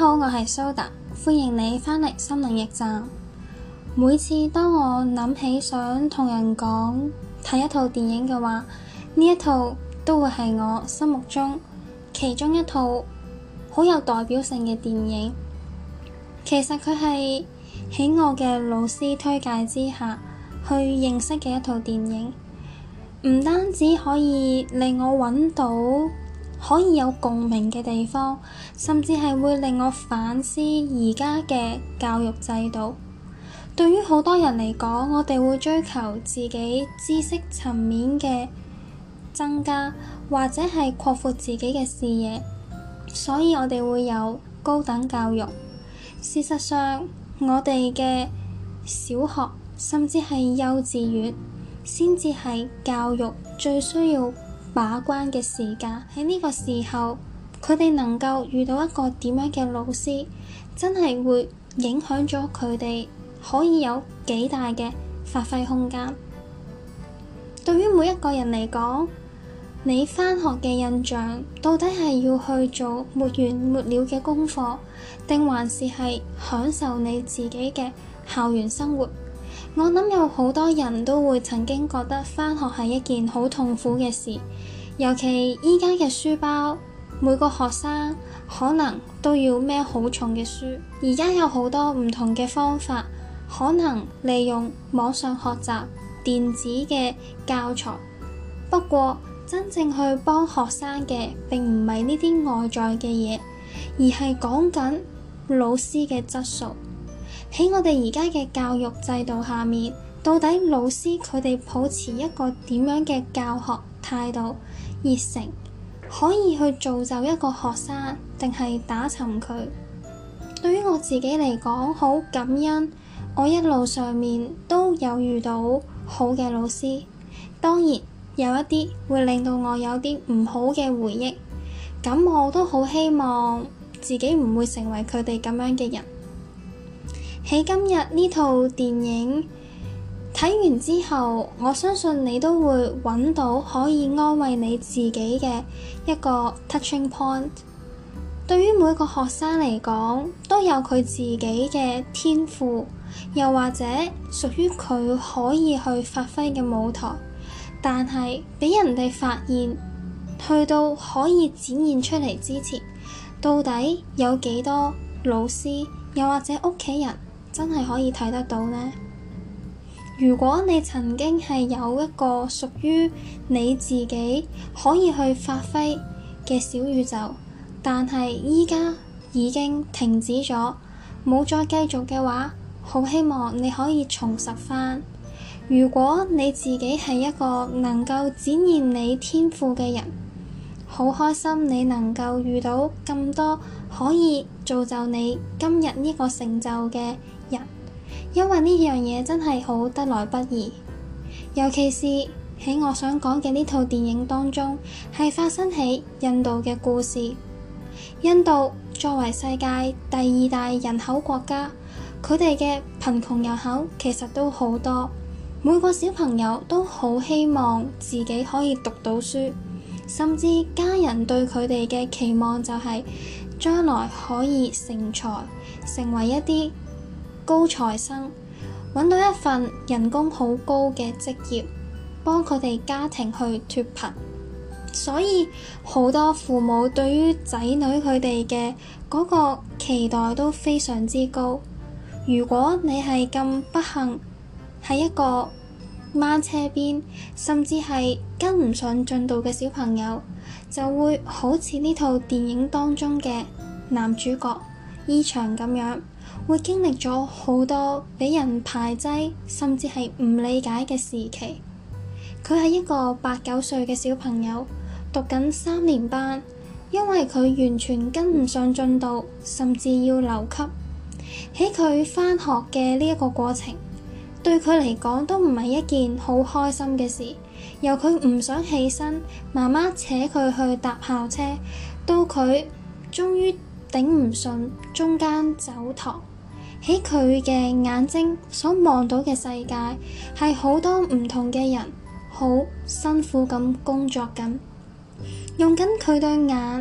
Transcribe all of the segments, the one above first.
好，我係蘇達，歡迎你返嚟心靈驛站。每次當我諗起想同人講睇一套電影嘅話，呢一套都會係我心目中其中一套好有代表性嘅電影。其實佢係喺我嘅老師推介之下去認識嘅一套電影，唔單止可以令我揾到可以有共鳴嘅地方，甚至係會令我反思而家嘅教育制度。對於好多人嚟講，我哋會追求自己知識層面嘅增加，或者係擴闊自己嘅視野，所以我哋會有高等教育。事實上，我哋嘅小學甚至係幼稚園先至係教育最需要把關嘅時間。喺呢個時候，佢哋能夠遇到一個點樣嘅老師，真係會影響咗佢哋可以有幾大嘅發揮空間。對於每一個人嚟講，你返學嘅印象到底係要去做沒完沒了嘅功課，定還是係享受你自己嘅校園生活？我諗有好多人都會曾經覺得返學係一件好痛苦嘅事，尤其依家嘅書包，每個學生可能都要孭好重嘅書。而家有好多唔同嘅方法，可能利用網上學習、電子嘅教材。不過真正去幫學生嘅並唔係呢啲外在嘅嘢，而係講緊老師嘅質素。喺我哋而家嘅教育制度下面，到底老師佢哋保持一個點樣嘅教學態度、熱誠，可以去造就一個學生，定係打沉佢？對於我自己嚟講，好感恩我一路上面都有遇到好嘅老師，當然有一啲會令到我有啲唔好嘅回憶，咁我都好希望自己唔會成為佢哋咁樣嘅人。喺今日呢套電影睇完之後，我相信你都會揾到可以安慰你自己嘅一個 touching point。對於每個學生嚟講，都有佢自己嘅天賦，又或者屬於佢可以去發揮嘅舞台，但係俾人哋發現，去到可以展現出嚟之前，到底有幾多老師又或者屋企人真係可以睇得到呢？如果你曾經係有一個屬於你自己可以去發揮嘅小宇宙，但係依家已經停止咗，冇再繼續嘅話，好希望你可以重拾返。如果你自己係一個能夠展現你天賦嘅人，好開心你能夠遇到咁多可以造就你今日呢個成就嘅人，因為呢樣嘢真係好得來不易。尤其是喺我想講嘅呢套電影當中，係發生喺印度嘅故事。印度作為世界第二大人口國家，佢哋嘅貧窮人口其實都好多，每個小朋友都好希望自己可以讀到書，甚至家人對佢哋嘅期望就係將來可以成才，成為一啲高材生，揾到一份人工好高嘅職業，幫佢哋家庭去脫貧。所以好多父母對於仔女佢哋嘅嗰個期待都非常之高。如果你係咁不幸喺一個掹車邊，甚至係跟唔上進度嘅小朋友，就會好似呢套電影當中嘅男主角伊祥咁樣，會經歷咗好多俾人排擠，甚至係唔理解嘅時期。佢係一個8、9歲嘅小朋友，讀緊3年班，因為佢完全跟唔上進度，甚至要留級。喺佢返學嘅呢一個過程，對佢嚟講都唔係一件好開心嘅事。由佢唔想起身，媽媽扯佢去搭校車，到佢終於頂唔順，中間走堂。喺佢嘅眼睛所望到嘅世界，係好多唔同嘅人好辛苦咁工作緊，用緊佢對眼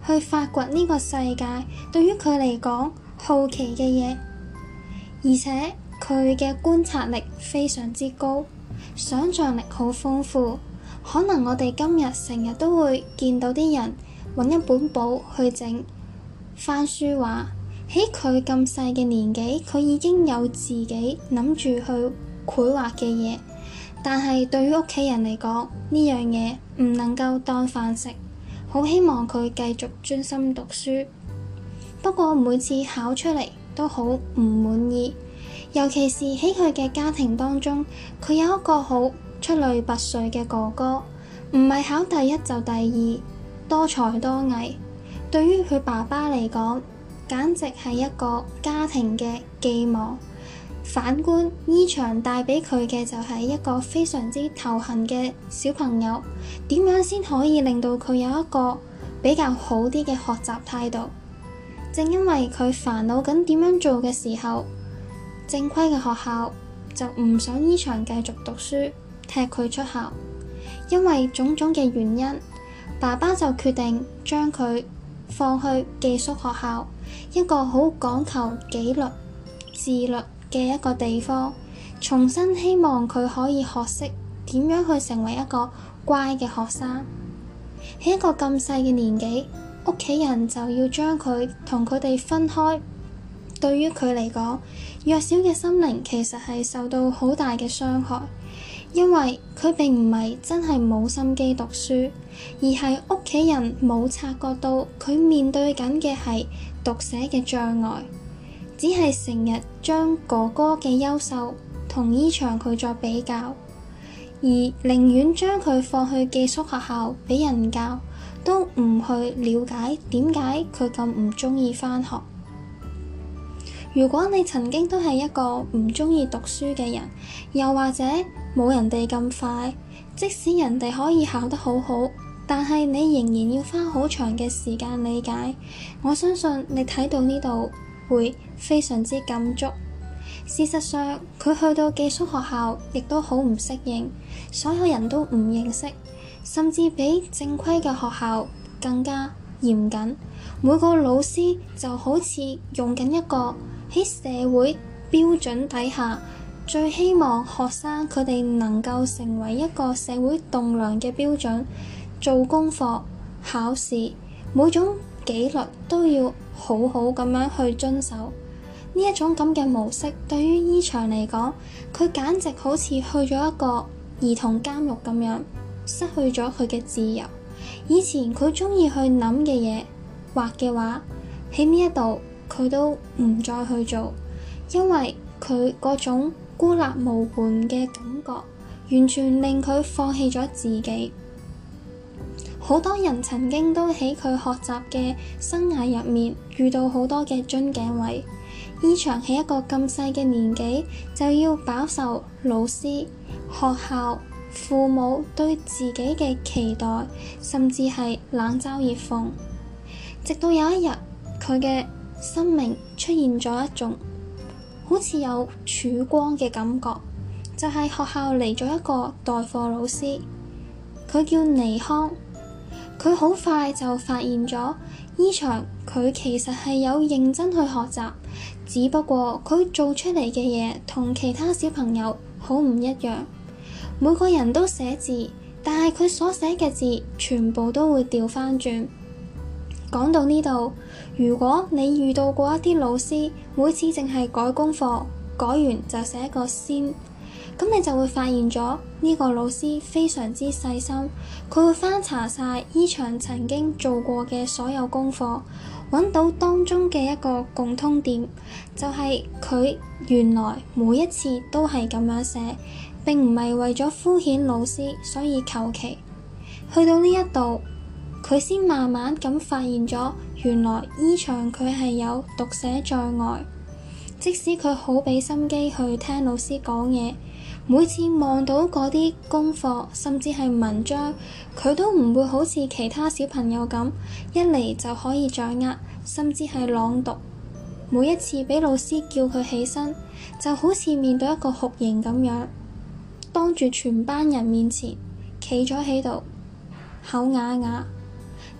去發掘呢個世界對於佢嚟講好奇嘅嘢，而且佢嘅觀察力非常之高，想像力好豐富。可能我哋今日成日都會見到啲人揾一本簿去整翻書畫，喺佢咁細嘅年紀，佢已經有自己諗住去繪畫嘅嘢。但係對於屋企人嚟講，呢樣嘢唔能夠當飯食，好希望佢繼續專心讀書。不過每次考出嚟都好唔滿意，尤其是喺佢嘅家庭當中，佢有一個好出類拔萃嘅哥哥，唔係考第一就第二，多才多藝。對於佢爸爸嚟講，簡直係一個家庭嘅寄望。反觀依翔帶畀佢嘅就係一個非常之頭痕嘅小朋友，點樣先可以令到佢有一個比較好啲嘅學習態度？正因為佢煩惱緊點樣做嘅時候，正規嘅學校就唔想依翔繼續讀書，踢佢出校。因為種種嘅原因，爸爸就決定將佢放去寄宿學校，一個好講求紀律、自律嘅一個地方，重新希望佢可以學識點樣去成為一個乖嘅學生。喺一個咁細嘅年紀，屋企人就要將佢同佢哋分開，對於佢嚟講，弱小嘅心靈其實係受到好大嘅傷害，因為佢並唔係真係冇心機讀書，而係屋企人冇察覺到佢面對緊嘅係讀寫嘅障礙，只係成日將哥哥嘅優秀同依翔佢作比較，而寧願將佢放去寄宿學校畀人教，都唔去了解點解佢咁唔鍾意返學。如果你曾經都係一個唔鍾意讀書嘅人，又或者冇人哋咁快，即使人哋可以考得好好，但係你仍然要花好長嘅時間理解，我相信你睇到呢度會非常之感觸。事實上，佢去到寄宿學校亦都好唔適應，所有人都唔認識，甚至比正規嘅學校更加嚴謹。每個老師就好似用緊一個喺社會標準底下最希望學生佢哋能夠成為一個社會棟樑嘅標準，做功課、考試，每種紀律都要好好咁樣去遵守。呢一種咁嘅模式對於依翔嚟講，佢簡直好似去咗一個兒童監獄咁樣，失去咗佢嘅自由。以前佢鍾意去諗嘅嘢、畫嘅畫，喺呢一度佢都唔再去做，因為佢嗰種孤立無援嘅感覺，完全令佢放棄咗自己。好多人曾經都喺佢學習嘅生涯入面遇到好多嘅樽頸位。依翔喺一個咁細嘅年紀就要飽受老師、學校、父母對自己嘅期待，甚至係冷嘲熱諷。直到有一日，佢嘅生命出現咗一種好似有曙光嘅感覺，就係學校嚟咗一個代課老師，佢叫倪康。佢好快就發現咗依翔佢其實係有認真去學習，只不過佢做出嚟嘅嘢同其他小朋友好唔一樣。每個人都寫字，但係佢所寫嘅字全部都會調返轉。講到呢度，如果你遇到過一啲老師，每次淨係改功課，改完就寫一個先，咁你就會發現咗呢個老師非常之細心，佢會翻查晒依翔曾經做過嘅所有功課，揾到當中嘅一個共通點，就係佢原來每一次都係咁樣寫，並唔係為咗敷衍老師，所以求其。去到呢一度，佢先慢慢咁發現咗，原來依翔佢係有讀寫障礙，即使佢好畀心機去聽老師講嘢，每次望到嗰啲功課甚至係文章，佢都唔會好似其他小朋友咁一嚟就可以掌握，甚至係朗讀。每一次畀老師叫佢起身，就好似面對一個酷刑咁樣，當住全班人面前企咗喺度，口啞啞。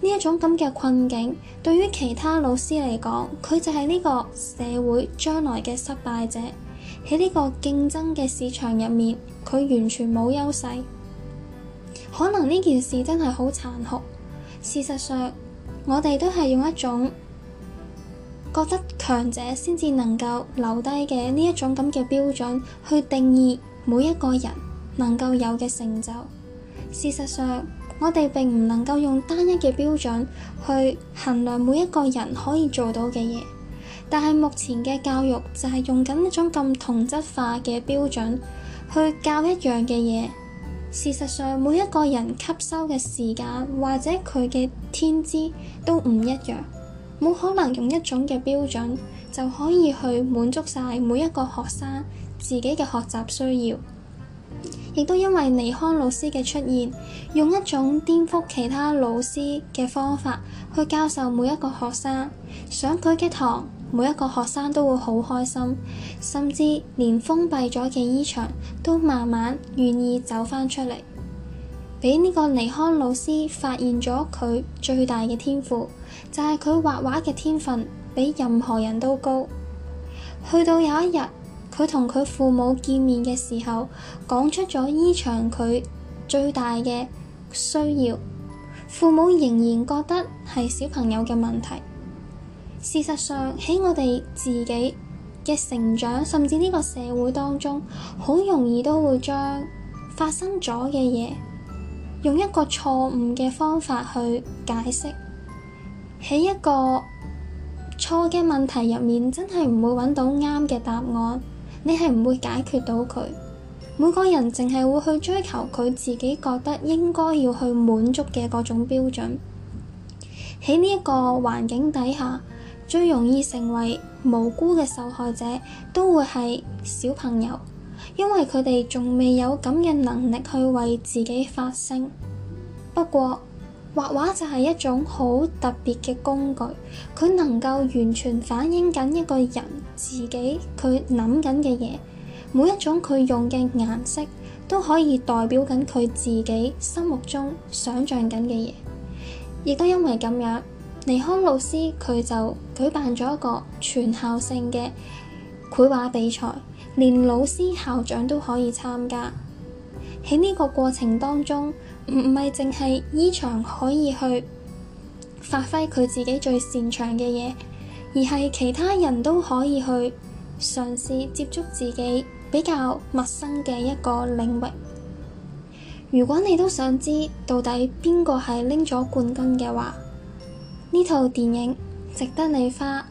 呢一種咁嘅困境，對於其他老師嚟講，佢就係呢個社會將來嘅失敗者。喺呢個競爭嘅市場入面，佢完全冇優勢。可能呢件事真係好殘酷。事實上，我哋都係用一種覺得強者先至能夠留低嘅呢一種咁嘅標準去定義每一個人能夠有嘅成就。事實上，我哋並唔能夠用單一嘅標準去衡量每一個人可以做到嘅嘢。但係目前嘅教育就係用緊一種咁同質化嘅標準去教一樣嘅嘢。事實上，每一個人吸收嘅時間或者佢嘅天資都唔一樣，冇可能用一種嘅標準就可以去滿足晒每一個學生自己嘅學習需要。亦都因為尼康老師嘅出現，用一種顛覆其他老師嘅方法去教授每一個學生，上佢嘅堂，每一個學生都會好開心，甚至連封閉咗嘅衣場都慢慢願意走返出嚟。俾呢個尼康老師發現咗佢最大嘅天賦，就係佢畫畫嘅天分比任何人都高。去到有一日，佢同佢父母見面嘅時候，講出咗依場佢最大嘅需要，父母仍然覺得係小朋友嘅問題。事實上，喺我哋自己嘅成長，甚至呢個社會當中，好容易都會將發生咗嘅嘢用一個錯誤嘅方法去解釋。喺一個錯嘅問題入面，真係唔會揾到啱嘅答案。你係唔會解決到佢。每個人淨係會去追求佢自己覺得應該要去滿足嘅嗰種標準。喺呢一個環境底下，最容易成為無辜嘅受害者都會係小朋友，因為佢哋仲未有咁嘅能力去為自己發聲。不過畫畫就係一種好特別嘅工具，佢能夠完全反映緊一個人自己佢諗緊嘅嘢，每一種佢用嘅顏色都可以代表緊佢自己心目中想像緊嘅嘢。亦都因為咁樣，尼康老師佢就舉辦咗一個全校性嘅繪畫比賽，連老師校長都可以參加。喺呢個過程當中，唔係淨係依場可以去發揮佢自己最擅長嘅嘢，而係其他人都可以去嘗試接觸自己比較陌生嘅一個領域。如果你都想知到底邊個係拎咗冠軍嘅話，呢套電影值得你花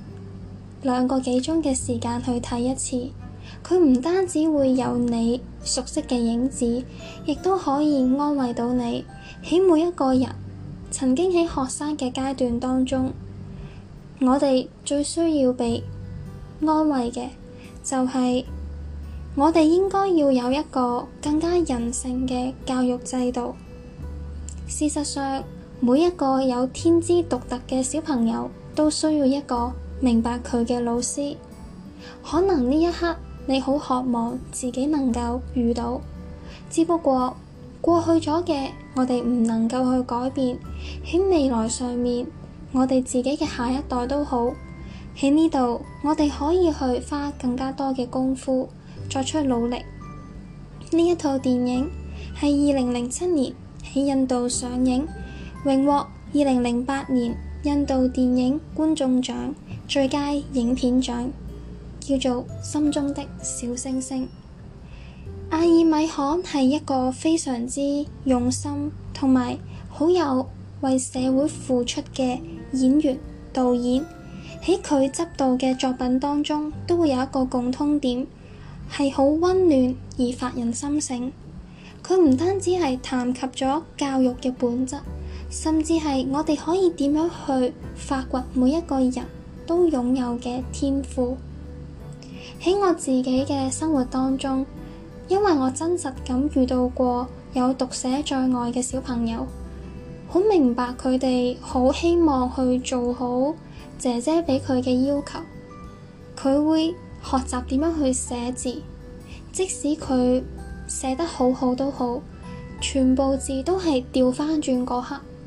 2個幾鐘嘅時間去睇一次。佢唔單止會有你熟悉嘅影子，亦都可以安慰到你。喺每一個人曾經喺學生嘅階段當中，我哋最需要被安慰嘅就係我哋應該要有一個更加人性嘅教育制度。事實上，每一個有天資獨特嘅小朋友都需要一個明白佢嘅老師。可能呢一刻你好渴望自己能夠遇到，只不過過去咗嘅我哋唔能夠去改變。喺未來上面，我哋自己嘅下一代都好，喺呢度我哋可以去花更加多嘅功夫作出努力。呢一套電影係2007年喺印度上映，榮獲2008年印度電影觀眾獎最佳影片獎，叫做《心中的小星星》。阿爾米罕係一個非常之用心同埋好有為社會付出嘅演員導演。喺佢執導嘅作品當中，都會有一個共通點，係好溫暖而發人深省。佢唔單止係談及咗教育嘅本質，甚至係我哋可以點樣去發掘每一個人都擁有嘅天賦。喺我自己嘅生活當中，因為我真實咁遇到過有讀寫障礙嘅小朋友，好明白佢哋好希望去做好姐姐俾佢嘅要求。佢會學習點樣去寫字，即使佢寫得好好都好，全部字都係調翻轉嗰刻，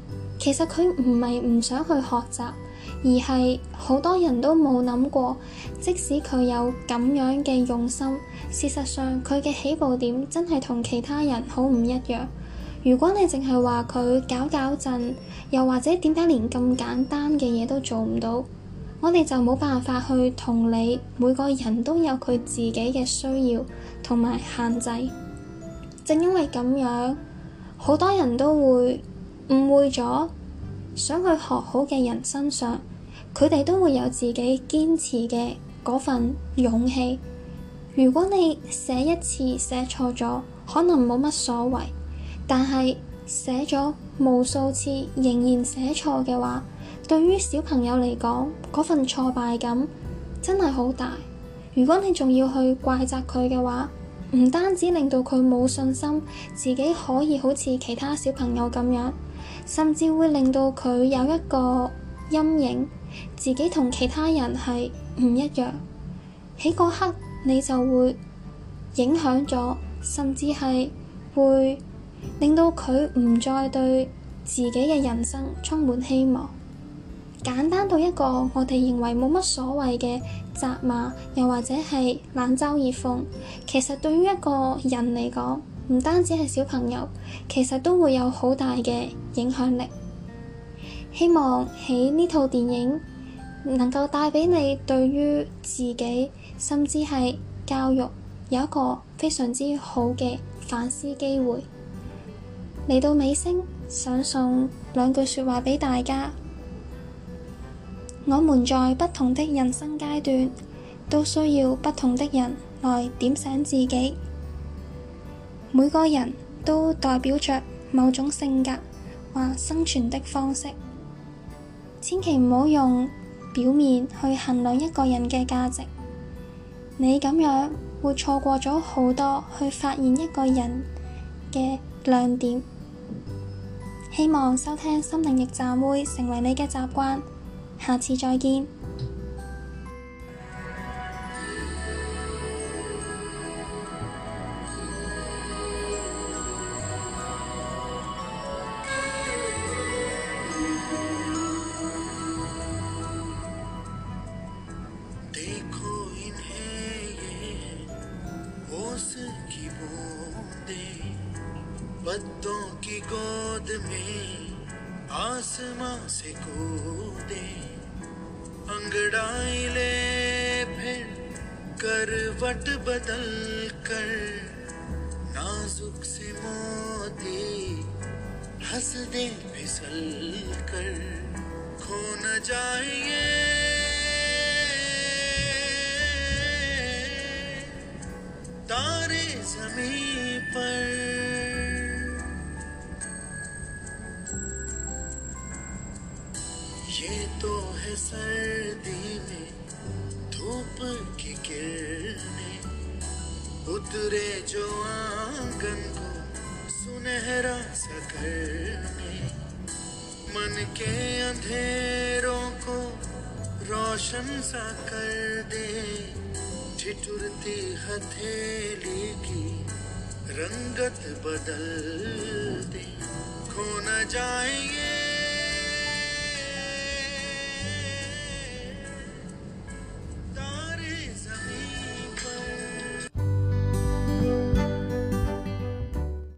其實佢唔係唔想去學習，而係好多人都冇諗過，即使佢有咁樣嘅用心，事實上佢嘅起步點真係同其他人好唔一樣。如果你淨係話佢搞震，又或者點解連咁簡單嘅嘢都做唔到，我哋就冇辦法去同理每個人都有佢自己嘅需要同埋限制。正因為咁樣，好多人都會誤會咗，想去學好嘅人身上，佢哋都會有自己堅持嘅嗰份勇氣。如果你寫一次寫錯咗，可能冇乜所謂，但係寫咗無數次仍然寫錯嘅話，對於小朋友嚟講，嗰份挫敗感真係好大。如果你仲要去怪責佢嘅話，唔單止令到佢冇信心自己可以好似其他小朋友咁樣，甚至會令到佢有一個陰影，自己同其他人係唔一樣。喺嗰刻你就會影響咗，甚至係會令到佢唔再對自己嘅人生充滿希望。簡單到一個我哋認為冇乜所謂嘅責罵，又或者係冷嘲熱諷，其實對於一個人嚟講，唔單止係小朋友，其實都會有好大嘅影響力。希望喺呢套電影能夠帶畀你對於自己，甚至係教育有一個非常之好嘅反思機會。嚟到尾聲，想送兩句說話畀大家。我們在不同的人生階段，都需要不同的人來點醒自己。每個人都代表着某種性格或生存的方式，千祈唔好用表面去衡量一個人嘅價值。你咁樣會錯過咗好多去發現一個人嘅亮點。希望收聽心靈驛站會成為你嘅習慣。下次再見。 पत्तों की गोद में आसमां से कूदे, अंगड़ाई ले फिर करवट बदल कर, नाजुक से मोती हंस दे फिसल कर, खो न जाएंगे तारे ज़मीं पर। ये तो है सर्दी में धूप की किरणें, उतरे जो आंगन को सुनहरा सा करने, मन के अंधेरों को रोशन सा कर दे, ठिठुरती हथेली की रंगत बदल दे, खो न जाएंगे